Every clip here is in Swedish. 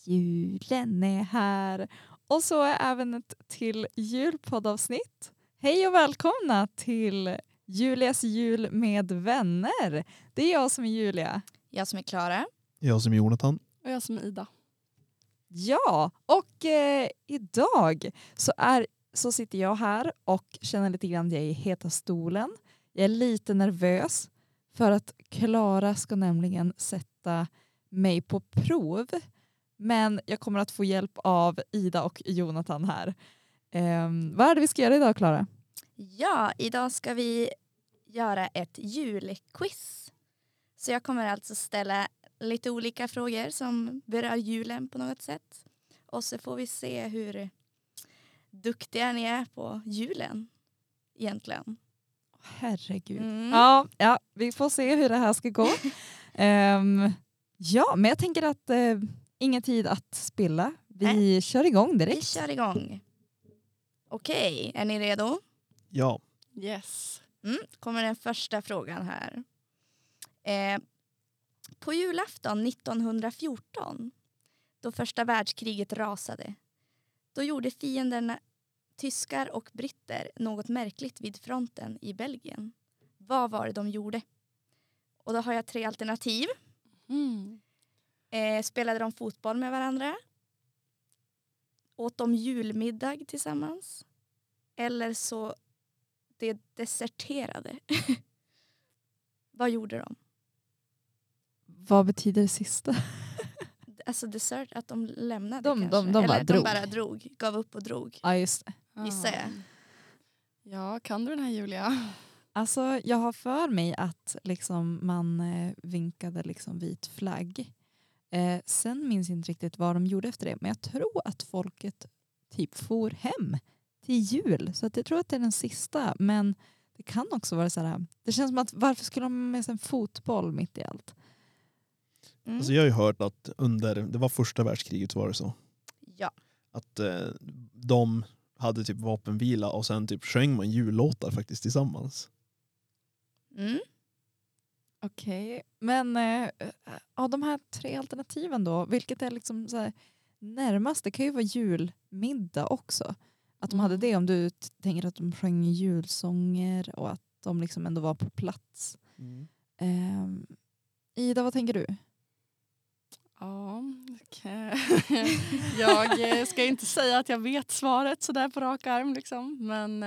Julen är här. Och så är även ett till julpoddavsnitt. Hej och välkomna till Julias jul med vänner. Det är jag som är Julia. Jag som är Klara. Jag som är Jonathan. Och jag som är Ida. Ja, och idag så sitter jag här och känner lite grann att jag är i heta stolen. Jag är lite nervös för att Klara ska nämligen sätta mig på prov. Men jag kommer att få hjälp av Ida och Jonathan här. Vad är det vi ska göra idag, Klara? Ja, idag ska vi göra ett julquiz. Så jag kommer alltså ställa lite olika frågor som berör julen på något sätt. Och så får vi se hur duktiga ni är på julen egentligen. Herregud. Mm. Ja, vi får se hur det här ska gå. Ja, men jag tänker att ingen tid att spilla. Vi kör igång direkt. Vi kör igång. Okej, är ni redo? Ja. Yes. Kommer den första frågan här. På julafton 1914, då första världskriget rasade, då gjorde fienderna, tyskar och britter, något märkligt vid fronten i Belgien. Vad var det de gjorde? Och då har jag 3 alternativ. Spelade de fotboll med varandra? Åt de julmiddag tillsammans? Eller så det deserterade? Vad gjorde de? Vad betyder det sista? Alltså desert, att de lämnade De kanske. bara Eller drog. de bara drog, gav upp och drog. Ja, just det. Gissar jag. Ja, kan du den här Julia? Alltså, jag har för mig att liksom, man vinkade liksom, vit flagg. Sen minns jag inte riktigt vad de gjorde efter det. Men jag tror att folket typ for hem till jul. Så att jag tror att det är den sista. Men det kan också vara så här. Det känns som att varför skulle de ha med sig en fotboll mitt i allt? Alltså jag har ju hört att det var första världskriget var det så. Ja. Att de hade typ vapenvila och sen typ sjöng man jullåtar faktiskt tillsammans. Okej. Men av de här 3 alternativen då, vilket är liksom så här närmast? Det kan ju vara julmiddag också. Att de hade det, om du tänker att de sjöng julsånger och att de liksom ändå var på plats. Ida, vad tänker du? Ja, okay. Jag ska inte säga att jag vet svaret så där på rak arm liksom, men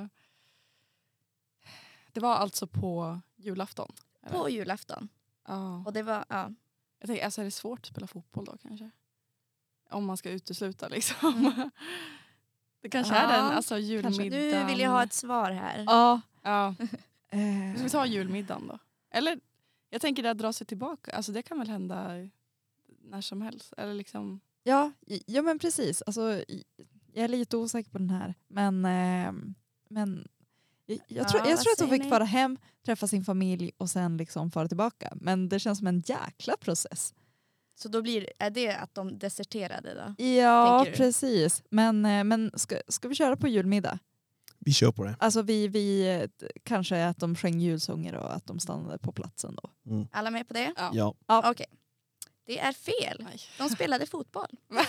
det var alltså på julafton. Eller? På julafton. Ja. Och det var, ja. Jag tänker, alltså är det svårt att spela fotboll då kanske? Om man ska utesluta liksom. Det kanske är den, alltså julmiddagen. Du vill ju ha ett svar här. Ja. Ska vi ta julmiddagen då? Eller, jag tänker att dra sig tillbaka. Alltså det kan väl hända när som helst. Eller liksom. Ja, men precis. Alltså, jag är lite osäker på den här. Men jag tror att hon fick fara hem, träffa sin familj och sen liksom fara tillbaka. Men det känns som en jäkla process. Så då är det att de deserterade då? Ja, precis. Men ska vi köra på julmiddag? Vi kör på det. Alltså vi kanske att de sjöng julsånger och att de stannade på platsen då. Alla med på det? Ja. Okej. Det är fel. De spelade fotboll.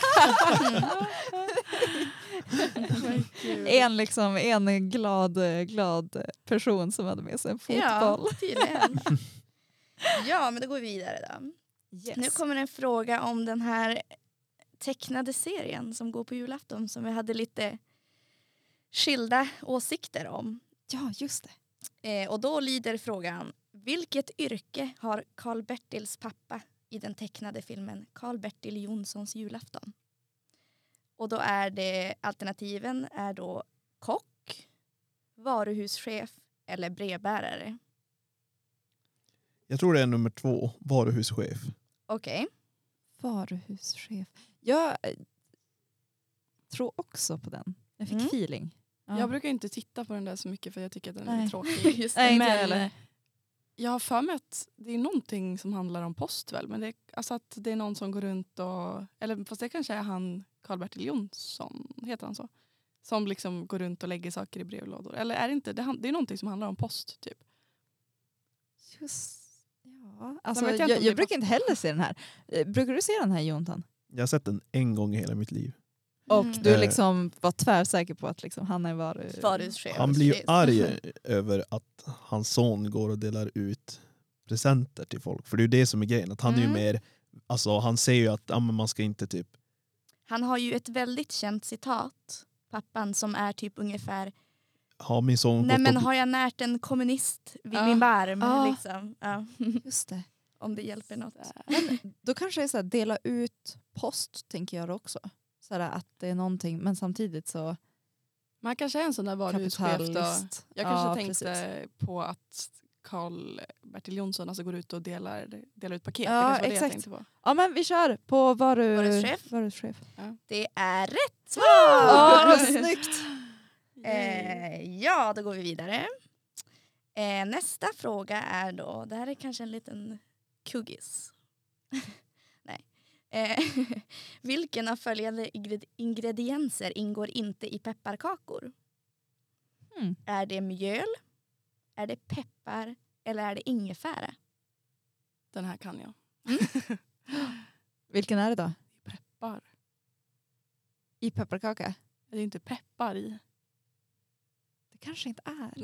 En glad person som hade med sig en fotboll. Ja, tydligen. Ja, men då går vi vidare då. Yes. Nu kommer en fråga om den här tecknade serien som går på julafton som vi hade lite skilda åsikter om. Ja, just det. Och då lyder frågan: vilket yrke har Karl-Bertils pappa i den tecknade filmen Karl-Bertil Jonssons julafton? Och då är det alternativen är då kock, varuhuschef eller brevbärare. Jag tror det är nummer 2, varuhuschef. Okej. Varuhuschef. Jag tror också på den. Jag fick feeling. Ja. Jag brukar inte titta på den där så mycket för jag tycker att den är tråkig. Just det. Men jag har för mig att det är någonting som handlar om post väl. Men det är, alltså att det är någon som går runt och... Eller fast det kanske är han Karl-Bertil Jonsson, heter han så? Som liksom går runt och lägger saker i brevlådor. Eller är det inte? Det är någonting som handlar om post typ. Just, ja. Alltså, jag jag brukar inte heller se den här. Brukar du se den här, Jonathan? Jag har sett den en gång i hela mitt liv. Och du Eh. liksom var tvärsäker på att liksom, han är Varuchef. Han blir ju arg över att hans son går och delar ut presenter till folk. För det är ju det som är grejen. Att han är ju mer, alltså han säger ju att men man ska inte typ... Han har ju ett väldigt känt citat, pappan, som är typ ungefär: Har min son nej gått men och... har jag närt en kommunist vid Ja. min barm? Ja. Liksom. Ja. Just det. Om det hjälper något. Men då kanske det är så här, dela ut post, tänker jag också. Så här, att det är någonting, men samtidigt så Man kanske är en sån där varuhuschef då. kapitalist. Jag kanske Ja, tänkte precis. på att Karl-Bertil Jonsson alltså går ut och delar ut paket. Ja, det kanske var det jag exakt. tänkte på. Ja, men vi kör på Varuhuschef. varuhuschef. Det är rätt svar! Ja, snyggt! Ja, då går vi vidare. Nästa fråga är då, det här är kanske en liten kuggis. Nej. Vilken av följande ingredienser ingår inte i pepparkakor? Mm. Är det mjöl? Är det peppar? Eller är det ingefära? Den här kan jag. Vilken är det då? Peppar. I pepparkaka? Det är inte peppar i. Det kanske inte är.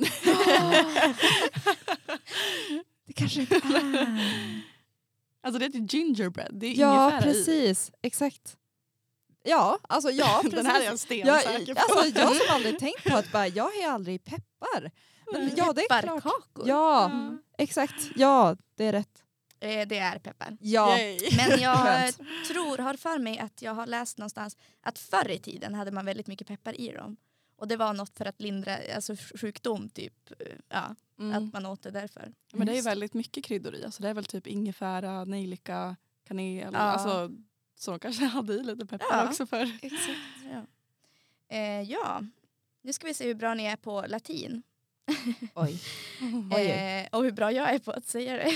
Det kanske inte är. Alltså det är typ gingerbread. Det är Ja, ingefära i. precis. Exakt. Ja, alltså ja, precis. Den här är jag stensäker på. Alltså, jag som aldrig tänkt på att bara, jag har ju aldrig peppar. Men ja, det är klart. Pepparkakor? Ja, exakt. Ja, det är rätt. Det är peppar. Ja. Yay. Men jag Skönt. har för mig att jag har läst någonstans att förr i tiden hade man väldigt mycket peppar i dem. Och det var något för att lindra alltså sjukdom typ. Ja, att man åt det därför. Men det är ju väldigt mycket kryddor i. Alltså det är väl typ ingefära, nejlika, kanel. Ja. Alltså, så kanske jag hade i lite peppar också för. Exakt. Ja. Ja, nu ska vi se hur bra ni är på latin. Oj. Oj. Och hur bra jag är på att säga det.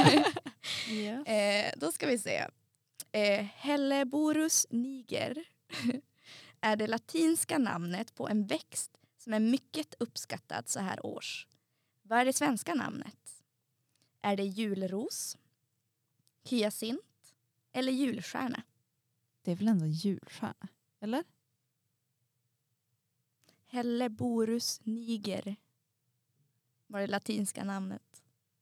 Yes. Då ska vi se. Helleborus niger är det latinska namnet på en växt som är mycket uppskattad så här års. Vad är det svenska namnet? Är det julros, hyacint eller julstjärna? Det är väl ändå julstjärna? Eller? Helleborus niger var det latinska namnet.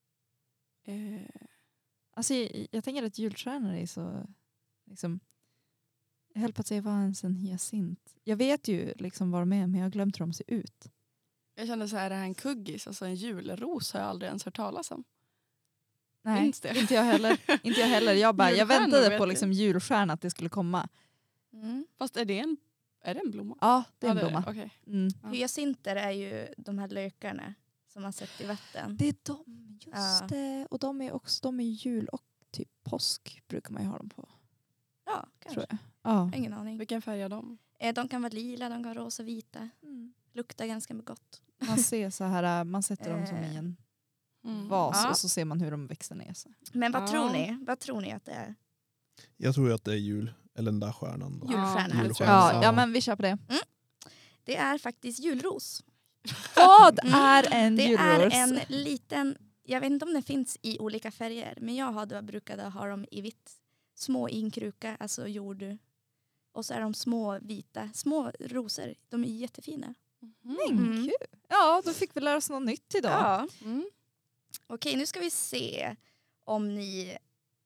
Alltså, jag tänker att julstjärnor är så... Liksom, jag höll på att säga vad ens en hyacint. Jag vet ju liksom vad de är, men jag har glömt hur de ser ut. Jag kände så här, det här är en kuggis, alltså en julros har jag aldrig ens hört talas om. Nej, Finns det? inte jag heller. Inte jag heller. Jag Julstjärnor väntade vet på jag. liksom julstjärna att det skulle komma. Fast är det en blomma? Ja, det är en Ja, blomma. okej. Mm. Ja. Hyacinter är ju de här lökarna som man sett i vatten. Det är de, just Ja. det. Och de är också de är jul och typ påsk brukar man ju ha dem på. Ja, kanske. Tror jag. Ja. Ingen aning. Vilken färg är de? De kan vara lila, de kan vara rosa, vita. Luktar ganska gott. Man ser så här, man sätter dem som i en vas Ja. och så ser man hur de växer ner sig. Men vad Ja. tror ni? Vad tror ni att det är? Jag tror ju att det är jul. Eller den där stjärnan. Då. Julstjärna. Julstjärna. Ja, men vi kör på det. Det är faktiskt julros. Vad är en Det julros? är en liten, jag vet inte om den finns i olika färger, men jag brukade ha dem i vitt. Små i en kruka, alltså jord. Och så är de små vita, små rosor. De är jättefina. Men kul. Ja, då fick vi lära oss något nytt idag. Ja. Mm. Okej, nu ska vi se om ni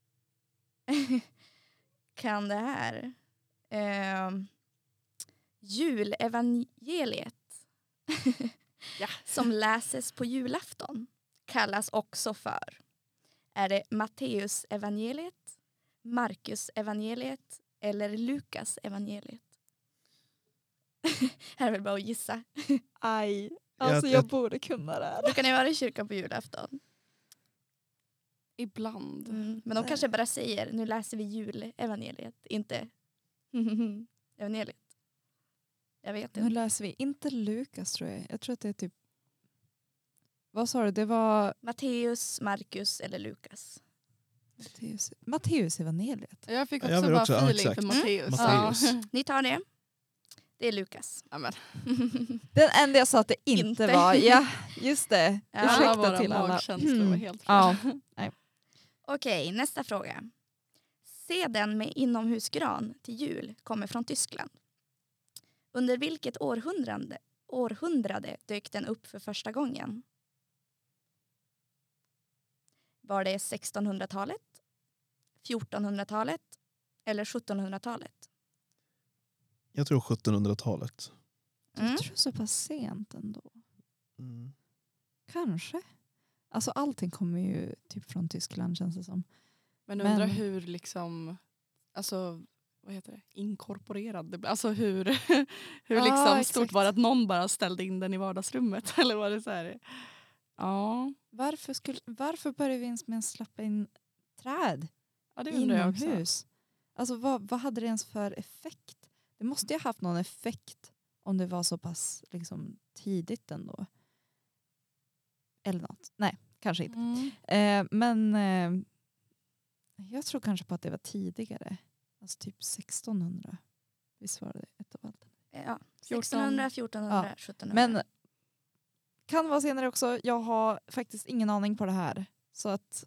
kan det här. Julevangeliet Ja. som läses på julafton kallas också för, är det Matteus evangeliet, Markus evangeliet eller Lukas evangeliet? Här är väl bara att gissa. Aj. Jag- Alltså jag borde kunna det här. Brukar ni vara i kyrkan på julafton? Ibland. Men de kanske bara säger, nu läser vi julevangeliet, inte evangeliet. Jag vet Nu inte. läser vi inte Lukas tror jag. Jag tror att det är typ... Vad sa du? Det var Matteus, Markus eller Lukas. Matteus evangeliet. Jag fick Jag också vill bara också, ja, feeling exakt. för Matteus. Matteus. Ja. Ni tar det. Det är Lukas. Ja, men. Den enda jag sa att det inte Inte. var. Ja, just det. Ja. Alla Ursäkta våra till alla. magkänslor var helt Ja. Okej, nästa fråga. Seden med inomhusgran till jul kommer från Tyskland. Under vilket århundrade dök den upp för första gången? Var det 1600-talet, 1400-talet eller 1700-talet? Jag tror 1700-talet. Jag tror så pass sent ändå. Mm. Kanske. Alltså allting kommer ju typ från Tyskland känns det som. Men undrar hur liksom, alltså vad heter det, inkorporerad det blev. Alltså hur liksom exakt. stort var det att någon bara ställde in den i vardagsrummet eller var det så här? Ja, Varför började vi ens med att släppa in träd ja det undrar jag också. inomhus? Alltså vad hade det ens för effekt? Det måste ju ha haft någon effekt om det var så pass liksom, tidigt ändå. Eller något. Nej, kanske inte. Men jag tror kanske på att det var tidigare. Alltså typ 1600. Visst var det ett av allt? Ja, 1600, 1400, 1700. Men kan vara senare också. Jag har faktiskt ingen aning på det här. Så att,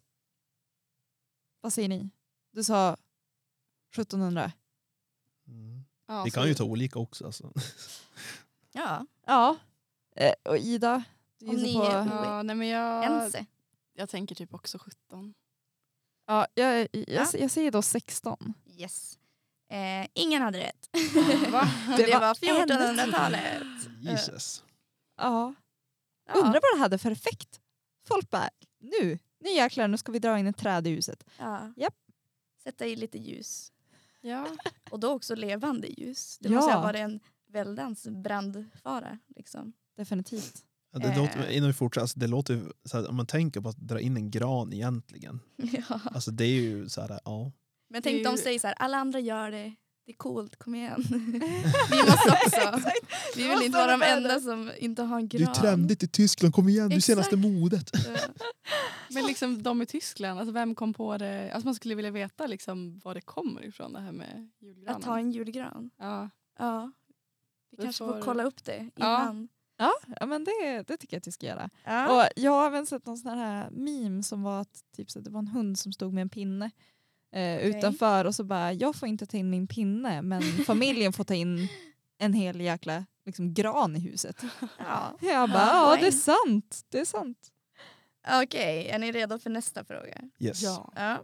vad säger ni? Du sa 1700. Mm. Ja, Det kan ju ta olika också. Alltså. Ja, Ja. Och Ida? Du Om ni gissar på... är Ja, nej men jag ense. tänker typ också 17. Ja, jag säger då 16. Yes. Ingen hade rätt. Va? Det var var 1400-talet. Jesus. Ja. Ja. Undrar vad det hade för effekt. Folk bara, nu jäklar, nu ska vi dra in ett träd i huset. Ja. Japp. Sätta i lite ljus. Ja. Och då också levande ljus. Det Ja. måste ha varit en väldans brandfara. Liksom. Definitivt. Ja, det låter, innan vi fortsätter, alltså, det låter ju så här, om man tänker på att dra in en gran egentligen. Ja. Alltså det är ju så här, ja. Men tänk Det är de ju- säger så här, alla andra gör det. Det är coolt, kom igen. Vi måste också. Vi vill inte vara de enda som inte har en gran. i Tyskland, kom igen, det är senaste modet. Ja. Men liksom de i Tyskland, alltså vem kom på det? Alltså man skulle vilja veta liksom var det kommer ifrån det här med julgranen. Att ha en julgran. Ja. Ja. Vi Vi kanske får- får kolla upp det Ja. innan. Ja, men det tycker jag att vi ska göra. Ja. Och jag har även sett någon sån här meme som var att typ, så att det var en hund som stod med en pinne utanför och så bara, jag får inte ta in min pinne men familjen får ta in en hel jäkla liksom, gran i huset. Ja. Jag bara, Ja, ja det är sant. Det är sant. Okej, är ni redo för nästa fråga? Yes. Ja. Ja.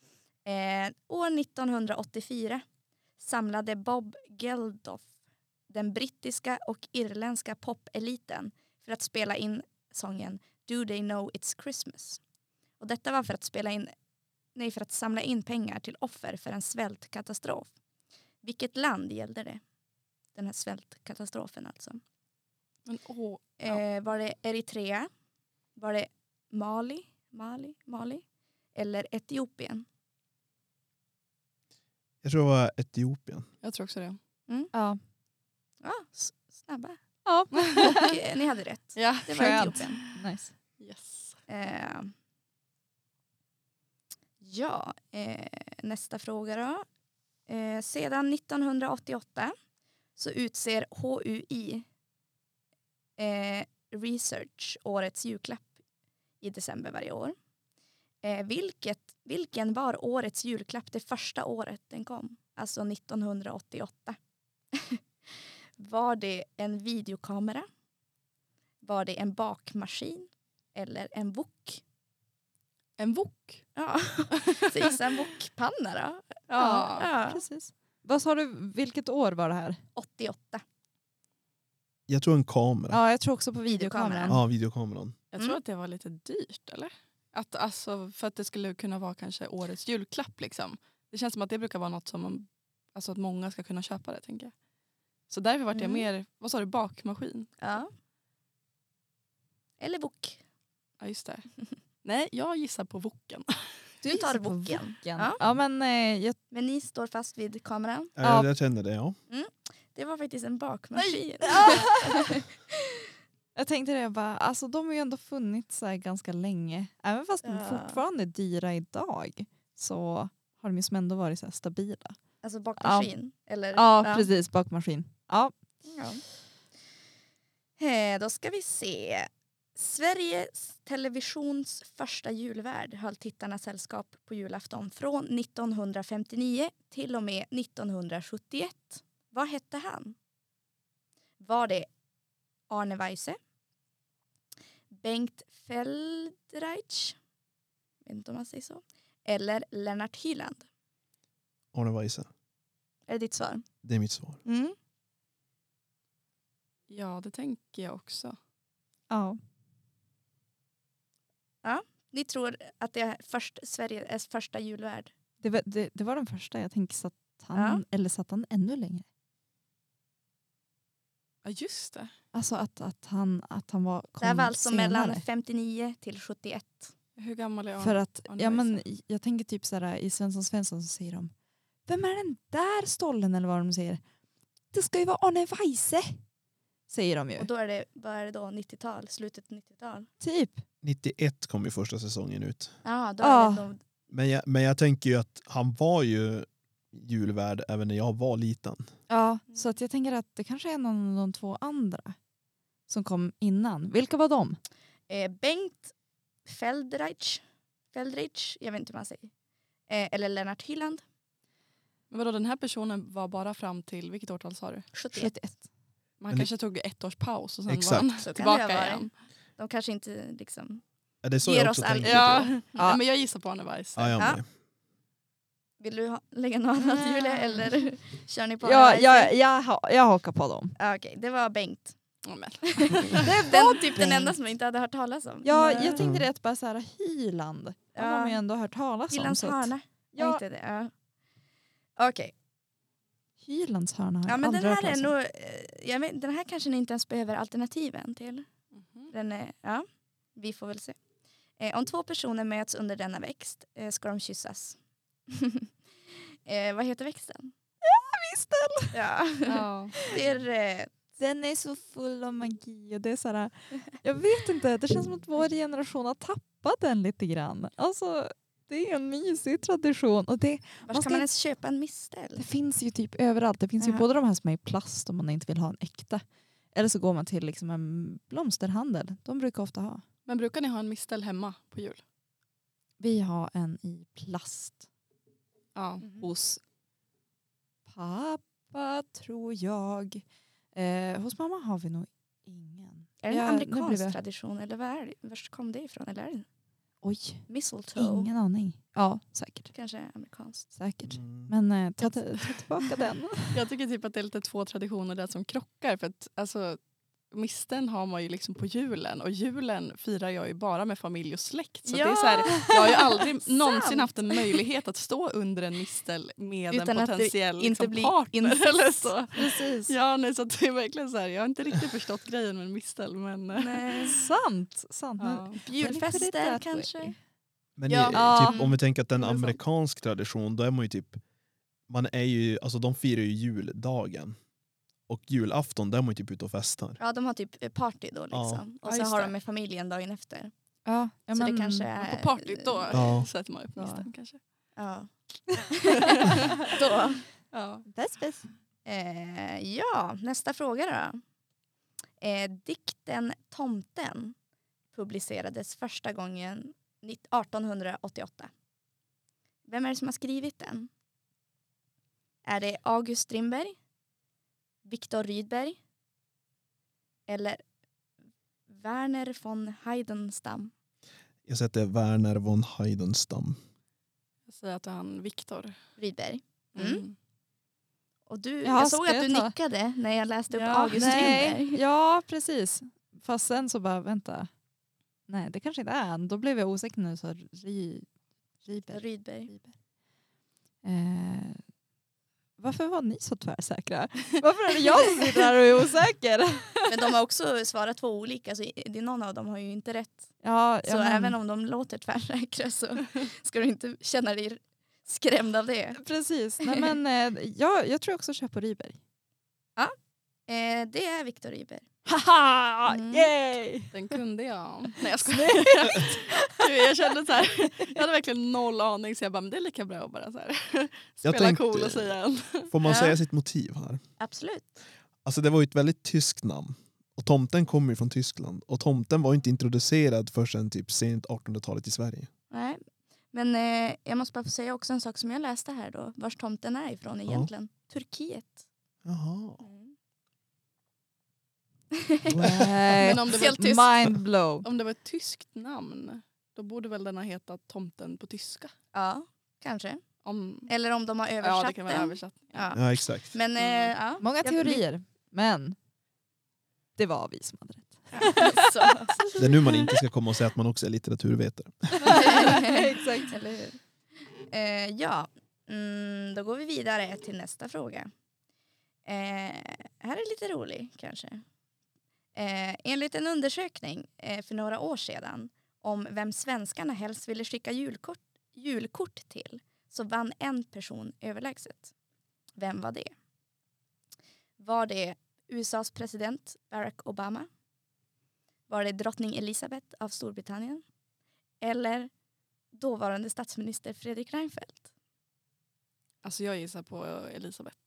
År 1984 samlade Bob Geldof den brittiska och irländska popeliten för att spela in sången Do They Know It's Christmas. Och detta var för att samla in pengar till offer för en svältkatastrof. Vilket land gällde det? Den här svältkatastrofen alltså. Men Var det Eritrea? Var det Mali? Eller Etiopien? Jag tror det var Etiopien. jag tror också det. Ja. Ja, snabba. Ja. Och ni hade rätt. Ja. Det var Skönt. Etiopien. Nice. Yes. Nästa fråga då. Sedan 1988 så utser HUI Research årets julklapp i december varje år. Vilken var årets julklapp det första året den kom? Alltså 1988. Var det en videokamera? Var det en bakmaskin? Eller en wok? En wok. Ja, så gissa en wokpanna då. Ja. Precis. Vad sa du, vilket år var det här? 88. Jag tror en kamera. Ja, jag tror också på Videokameran. videokameran. Ja, videokameran. Jag tror att det var lite dyrt, eller? Att, alltså, för att det skulle kunna vara kanske årets julklapp. Liksom. Det känns som att det brukar vara något som alltså att många ska kunna köpa det, tänker jag. Så därför vart jag mer, vad sa du, bakmaskin? Ja. Eller wok. Ja, just det. Nej, jag gissar på woken. Du tar gissar på woken. Ja, Ja. men Men ni står fast vid kameran. Ja. Jag känner det, ja. Det var faktiskt en bakmaskin. jag tänkte det, jag bara, alltså de har ju ändå funnits så här ganska länge. Även fast de Ja. fortfarande är dyra idag så har de ju som ändå varit så här stabila. Alltså bakmaskin. Eller, Ja, precis, bakmaskin. Ja. Ja. Då ska vi se. Sveriges Televisions första julvärd höll tittarna sällskap på julafton från 1959 till och med 1971. Vad hette han? Var det Arne Weise, Bengt Feldreich, vet inte om man säger så, eller Lennart Hyland? Arne Weise. Är det ditt svar? Det är mitt svar. Mm. Ja, det tänker jag också. Ja. Ni tror att det är Sveriges första julvärd? Det var den första. Jag tänker satt han, eller satt han ännu längre? Ja, just det. Alltså att han var Det här var alltså mellan senare. 59 till 71. Hur gammal är Arne? För att, Arne ja men Weise? jag tänker typ såhär i Svensson så säger de, vem är den där stollen eller vad de säger? Det ska ju vara Arne Weise, säger de ju. Och då är det, vad är det då? 90-tal? Slutet 90-tal? Typ. 91 kom ju första säsongen ut. Ja, då Ja. är det nog... Men jag tänker ju att han var ju julvärd även när jag var liten. Ja, så att jag tänker att det kanske är någon av de två andra som kom innan. Vilka var de? Bengt Feldreich, jag vet inte hur man säger. Eller Lennart Hyland, Men vadå, den här personen var bara fram till, vilket årtal sa du? 71. 71. Man Men kanske tog 1 års paus och sen Exakt. var han Så kan det tillbaka ha varit. igen. De kanske inte liksom Ja, det är så ger jag oss också all tänker. Ja, info. Ja. men jag gissar på Arne Weise. Ja, jag Ja. med. Vill du lägga något annat Julia eller kör ni på? Jag hakar på dem. Okej, det var Bengt. Ja, men. Det var Typ den enda som jag inte hade hört talas om. Ja, Men, jag tänkte det att bara så här Hyland. Ja. har man ju ändå hört talas om. Hylands så att- hörna. Ja. Ja. Inte det. Ja. Okej. Hylands hörna har Ja, jag men den aldrig hört här är talas om. nog... Jag vet, den här kanske ni inte ens behöver alternativen till. Mhm. Den är, ja, vi får väl se. Om 2 personer möts under denna växt ska de kyssas. Vad heter växten? Mistel! Ja, Ja. det är rätt. Den är så full av magi och det är så här, jag vet inte, det känns som att vår generation har tappat den lite grann. Alltså, det är en mysig tradition och det Var Man ska ska- man ens köpa en mistel? finns ju typ överallt. Det finns ju Ja. både de här som är i plast om man inte vill ha en äkta. Eller så går man till liksom en blomsterhandel. De brukar ofta ha. Men brukar ni ha en mistel hemma på jul? Vi har en i plast Ja. Mhm. hos pappa tror jag. Hos mamma har vi nog ingen. Är det en Ja, nu amerikansk blev jag- tradition eller vad är det? Var kom det ifrån? Eller är det Oj, mistletoe? ingen aning. Ja, säkert. Kanske är amerikanskt. Säkert. Mm. Men ta tillbaka den. Jag tycker typ att det är lite 2 traditioner där som krockar. För att alltså, misteln har man ju liksom på julen. Och julen firar jag ju bara med familj och släkt. Så Ja, det är så här, jag har ju aldrig sant. någonsin haft en möjlighet att stå under en mistel med Utan en att det potentiell inte liksom, blir partner. incest. Eller så. Precis. Ja, nej, så att det är verkligen så här, jag har inte riktigt förstått grejen med en mistel. Men, Nej. Sant. Sant. Men- ja. men inte Julfester det kanske? way. Men Ja. Ja. typ, om vi tänker att en Det är sant. amerikansk tradition, då är man ju typ, man är ju, alltså de firar ju juldagen. Och julafton, där är man ju typ ute och festar. Ja, de har typ party då liksom. Ja. Och Ja, så just har det. de med familjen dagen efter. Ja, Så det kanske är... På partyt då Ja. sätter man upp misteln kanske. Ja. Då. Ja. Bäst, bäst. Ja, nästa fråga då. Dikten Tomten publicerades första gången 1888. Vem är det som har skrivit den? Är det August Strindberg, Viktor Rydberg eller Werner von Heidenstam? Jag sätter Werner von Heidenstam. Jag säger att det är han Viktor. Rydberg. Mm. Mm. Och du, Ja, jag såg ska att du jag ta- nickade när jag läste upp Ja, August Strindberg. Nej, ja precis. Fast sen så bara, vänta. Nej, det kanske inte är han. Då blev jag osäker nu. Så Rydberg. Rydberg. Varför var ni så tvärsäkra? Varför är det jag som sitter här och är osäker? Men de har också svarat 2 olika, så det är någon av dem har ju inte rätt. Ja, Så även om de låter tvärsäkra så ska du inte känna dig skrämd av det. Precis. Nej, men, jag tror också kör på Rydberg. Det är Viktor Rydberg. Haha! Mm. Yay! Den kunde jag. Nej, jag skojar. Jag kände så här, jag hade verkligen noll aning så jag bara, men det är lika bra att bara så här, spela tänkte- cool och säga en. Får man Ja. säga sitt motiv här? Absolut. Alltså det var ju ett väldigt tyskt namn. Och tomten kommer ju från Tyskland. Och tomten var inte introducerad förrän typ sent 1800-talet i Sverige. Nej. Men jag måste bara få säga också en sak som jag läste här då. Vars tomten är ifrån egentligen. Turkiet. Jaha. Men om det Helt tyst. Mind blow. Om det var ett tyskt namn, då borde väl den ha hetat tomten på tyska. Ja, kanske. Om... Eller om de har översatt Ja, det kan vara den. översatt. Ja. Ja, exakt. Men, ja. Många teorier. Men det var vi som hade rätt. Så. Det är nu man inte ska komma och säga att man också är litteraturvetare. Exakt. Eller hur? Då går vi vidare till nästa fråga. Här är lite rolig kanske. Enligt en undersökning för några år sedan om vem svenskarna helst ville skicka julkort till, så vann en person överlägset. Vem var det? Var det USAs president Barack Obama? Var det drottning Elizabeth av Storbritannien? Eller dåvarande statsminister Fredrik Reinfeldt? Alltså jag gissar på Elisabeth.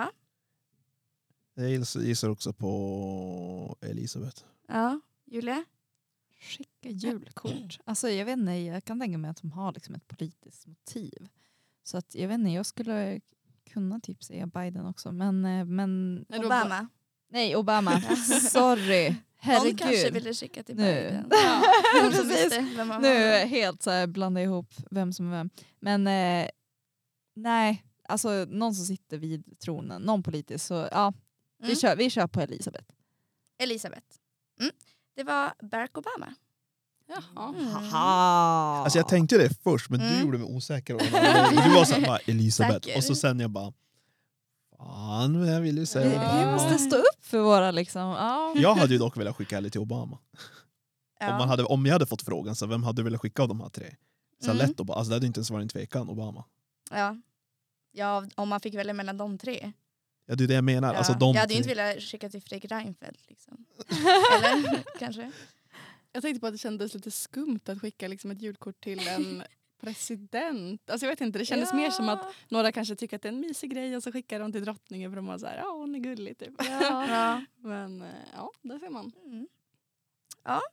Jag gissar också på Elisabeth. Ja, Julia? Skicka julkort. Alltså jag vet inte, jag kan tänka mig att de har liksom ett politiskt motiv. Så att jag vet inte, jag skulle kunna typ säga Biden också. Men Obama? nej, Obama. Sorry. Någon Herregud. kanske ville skicka till Nu. Biden. Ja, Någon som precis. visste vem man Nu var. helt så här blanda ihop vem som är vem. Men nej, alltså någon som sitter vid tronen, någon politisk, så ja, vi kör på Elisabeth. Elisabeth. Det var Barack Obama. Jaha. Haha. Alltså jag tänkte det först, men du gjorde mig osäker. Du var så här, bara Elisabeth. Säker. Och så sen jag bara, fan vad jag vill ju säga. Vi måste stå upp för våra liksom. Ja. Jag hade ju dock velat skicka henne till Obama. Ja. Om jag hade fått frågan, så vem hade du velat skicka av de här tre? Så lätt Obama. Alltså det hade inte ens varit en tvekan, Obama. Ja, om man fick välja mellan de tre. Ja, det är det jag menar. Ja. Alltså, de Jag hade ju tre. inte velat skicka till Fredrik Reinfeldt. Liksom. Eller kanske? Jag tänkte på att det kändes lite skumt att skicka liksom ett julkort till en president. Alltså jag vet inte, det kändes mer som att några kanske tycker att det är en mysig grej och så skickar de till drottningen för de var så här, ja hon är gullig typ. Ja. Men ja, där ser man. Ja.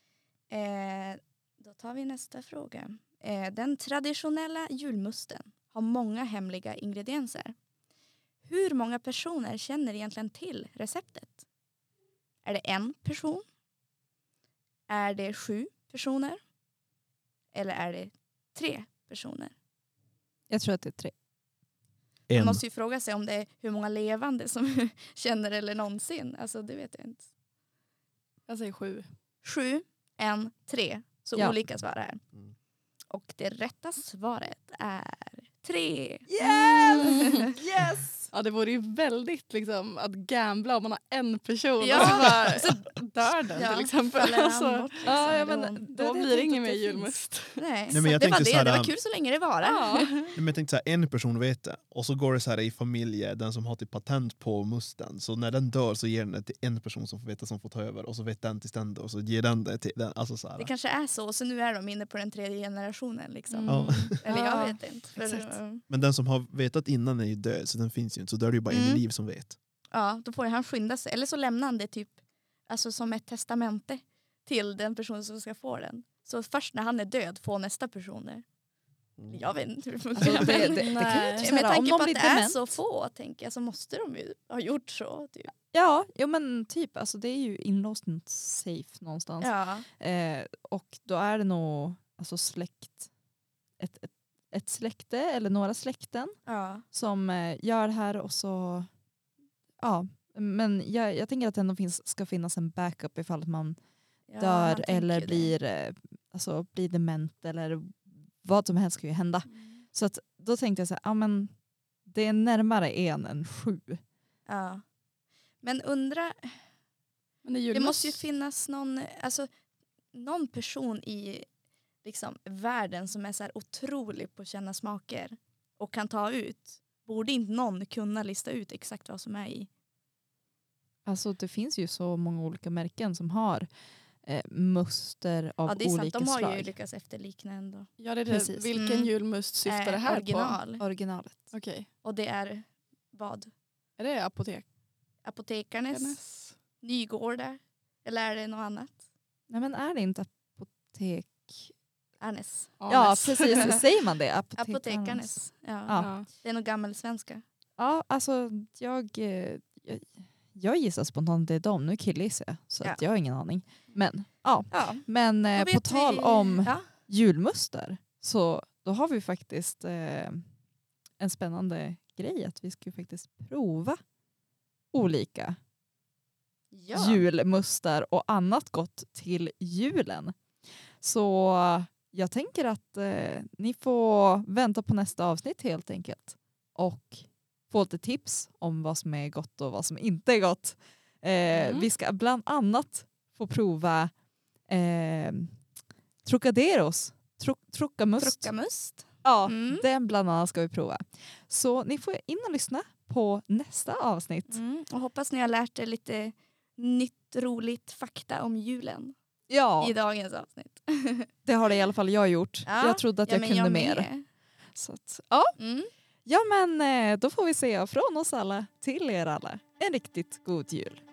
Då tar vi nästa fråga. Den traditionella julmusten har många hemliga ingredienser. Hur många personer känner egentligen till receptet? Är det en person? Är det 7 personer? Eller är det 3 personer? Jag tror att det är 3. Man måste ju fråga sig om det är hur många levande som känner eller någonsin. Alltså det vet jag inte. Jag säger 7. 7, 1, 3. Så Ja. olika svar här. Och det rätta svaret är 3. Yes! Ja, det vore ju väldigt liksom att gambla om man har en person Ja. och så bara dör den till exempel. faller han Alltså, bort, liksom. ja, Eller men hon. då blir det ingen mer julmust. Nej, men jag det var tänkte så här, det var kul så länge det var. Ja. Men jag tänkte så här, en person vet det. Och så går det så här i familjer, den som har typ patent på musten. Så när den dör så ger den det till en person som får veta, som får ta över. Och så vet den till ständer och så ger den det till den. Alltså så här. Det kanske är så nu är de inne på den 3:e generationen. Liksom. Ja. Eller jag Ja, vet inte. exakt. Men den som har vetat innan är ju död, så den finns ju inte. Så då är det ju bara en i liv som vet. Ja, då får han skynda sig. Eller så lämnar han det typ alltså som ett testamente till den personen som ska få den. Så först när han är död får nästa person det. Jag vet inte hur det funkar. Alltså, det kan ju Nej. inte Med säga, om tanke de på att blir det är dement. så få, tänker jag, så måste de ju ha gjort så. Typ. Ja, jo, men typ. Alltså, det är ju inlåst i något safe någonstans. Ja. Och då är det nog alltså, släkt. Ett släkte eller några släkten Ja. som gör det här och så... Ja, men jag tänker att det ändå ska finnas en backup ifall man Ja, dör man tänker eller det. blir dement eller vad som helst kan ju hända. Så att, då tänkte jag så här, ja, men det är närmare 1 än 7. Ja. Men undra, Men det, är det julmust. måste ju finnas någon person i liksom, världen som är så här otrolig på att känna smaker och kan ta ut. Borde inte någon kunna lista ut exakt vad som är i? Alltså det finns ju så många olika märken som har muster av Ja, det är sant. olika De har slag. ju lyckats efterlikna ändå. Ja, det är det. Precis. Vilken julmust syftar det här original. Originalet. på? Okej. Och det är vad? Är det apotek? Apotekarnes, Nygårda, Eller är det något annat? Nej, men är det inte apotek? Arnes. Ja, precis. Säger man det? Apotekarnes. Ja. Ja. Det är nog gammelsvenska. Ja, alltså jag gissar spontant det är dem. Nu killgissar jag, så Ja. att jag har ingen aning. Men, ja. Ja. Men Då på vet tal vi- om Ja. julmuster, så då har vi faktiskt en spännande grej att vi ska faktiskt prova olika Ja. julmustar och annat gott till julen. Så jag tänker att ni får vänta på nästa avsnitt helt enkelt och få lite tips om vad som är gott och vad som inte är gott. Vi ska bland annat få prova Trocaderos. Trocamust. Trocamust. Ja, Mm. den bland annat ska vi prova. Så ni får in och lyssna på nästa avsnitt. Och hoppas ni har lärt er lite nytt roligt fakta om julen Ja, i dagens avsnitt. det har det i alla fall jag gjort. Ja, Jag trodde att jag men kunde med. mer. Så att, ja. Mm. Ja, men då får vi säga från oss alla till er alla en riktigt god jul.